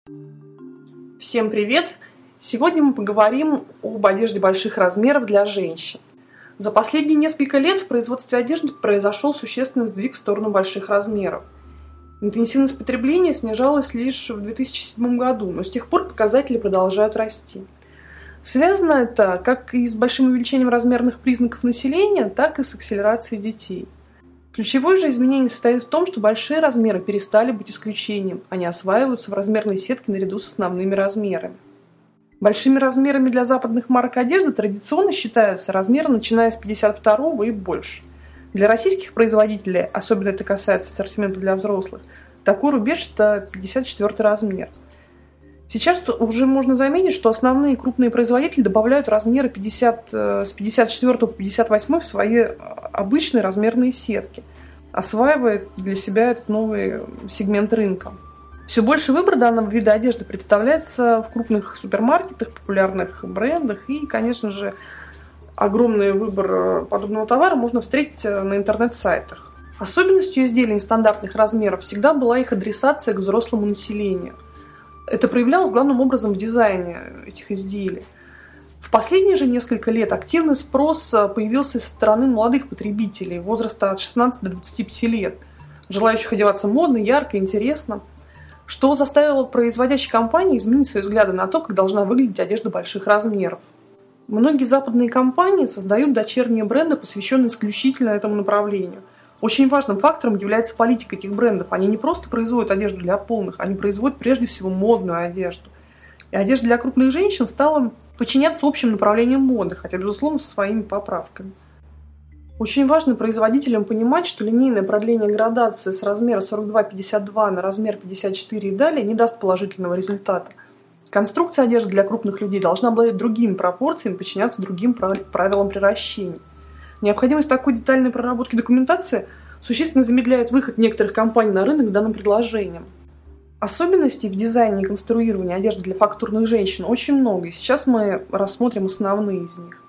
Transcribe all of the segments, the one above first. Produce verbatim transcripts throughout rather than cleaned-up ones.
Всем привет! Сегодня мы поговорим об одежде больших размеров для женщин. За последние несколько лет в производстве одежды произошел существенный сдвиг в сторону больших размеров. Интенсивность потребления снижалась лишь в две тысячи седьмом году, но с тех пор показатели продолжают расти. Связано это как и с большим увеличением размерных признаков населения, так и с акселерацией детей. Ключевое же изменение состоит в том, что большие размеры перестали быть исключением, они осваиваются в размерной сетке наряду с основными размерами. Большими размерами для западных марок одежды традиционно считаются размеры, начиная с пятьдесят второго и больше. Для российских производителей, особенно это касается ассортимента для взрослых, такой рубеж – это пятьдесят четвёртый размер. Сейчас уже можно заметить, что основные крупные производители добавляют размеры пятьдесят, с пятьдесят четвёртого по пятьдесят восьмой в свои обычные размерные сетки, осваивая для себя этот новый сегмент рынка. Все больше выбора данного вида одежды представляется в крупных супермаркетах, популярных брендах и, конечно же, огромный выбор подобного товара можно встретить на интернет-сайтах. Особенностью изделий нестандартных размеров всегда была их адресация к взрослому населению. Это проявлялось главным образом в дизайне этих изделий. В последние же несколько лет активный спрос появился со стороны молодых потребителей возраста от шестнадцати до двадцати пяти лет, желающих одеваться модно, ярко, интересно, что заставило производящие компании изменить свои взгляды на то, как должна выглядеть одежда больших размеров. Многие западные компании создают дочерние бренды, посвященные исключительно этому направлению. Очень важным фактором является политика этих брендов. Они не просто производят одежду для полных, они производят прежде всего модную одежду. И одежда для крупных женщин стала подчиняться общим направлениям моды, хотя, безусловно, со своими поправками. Очень важно производителям понимать, что линейное продление градации с размера сорок два пятьдесят два на размер пятьдесят четыре и далее не даст положительного результата. Конструкция одежды для крупных людей должна обладать другими пропорциями, подчиняться другим правилам приращения. Необходимость такой детальной проработки документации существенно замедляет выход некоторых компаний на рынок с данным предложением. Особенностей в дизайне и конструировании одежды для фактурных женщин очень много, и сейчас мы рассмотрим основные из них.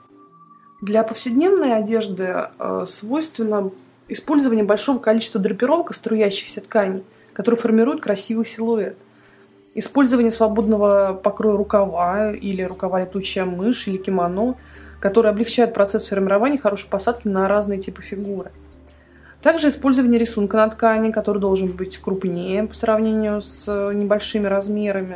Для повседневной одежды э, свойственно использование большого количества драпировок и струящихся тканей, которые формируют красивый силуэт. Использование свободного покроя рукава или рукава летучая мышь или кимоно, которые облегчают процесс формирования хорошей посадки на разные типы фигуры. Также использование рисунка на ткани, который должен быть крупнее по сравнению с небольшими размерами.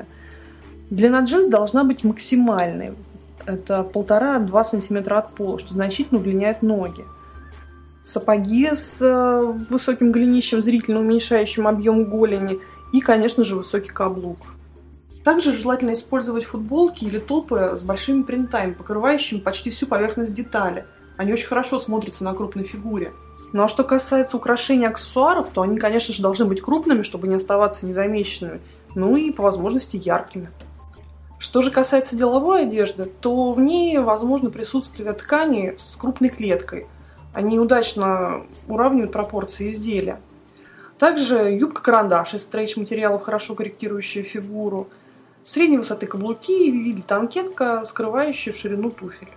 Длина джинс должна быть максимальной. Это полтора-два сантиметра от пола, что значительно удлиняет ноги. Сапоги с высоким голенищем, зрительно уменьшающим объем голени и, конечно же, высокий каблук. Также желательно использовать футболки или топы с большими принтами, покрывающими почти всю поверхность детали. Они очень хорошо смотрятся на крупной фигуре. Ну а что касается украшений и аксессуаров, то они, конечно же, должны быть крупными, чтобы не оставаться незамеченными, ну и по возможности яркими. Что же касается деловой одежды, то в ней возможно присутствие ткани с крупной клеткой. Они удачно уравнивают пропорции изделия. Также юбка-карандаш из стрейч-материалов, хорошо корректирующая фигуру, средней высоты каблуки или танкетка, скрывающая ширину туфель.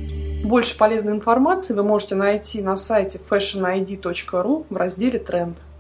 Больше полезной информации вы можете найти на сайте фэшн ай ди точка ру в разделе «Тренд».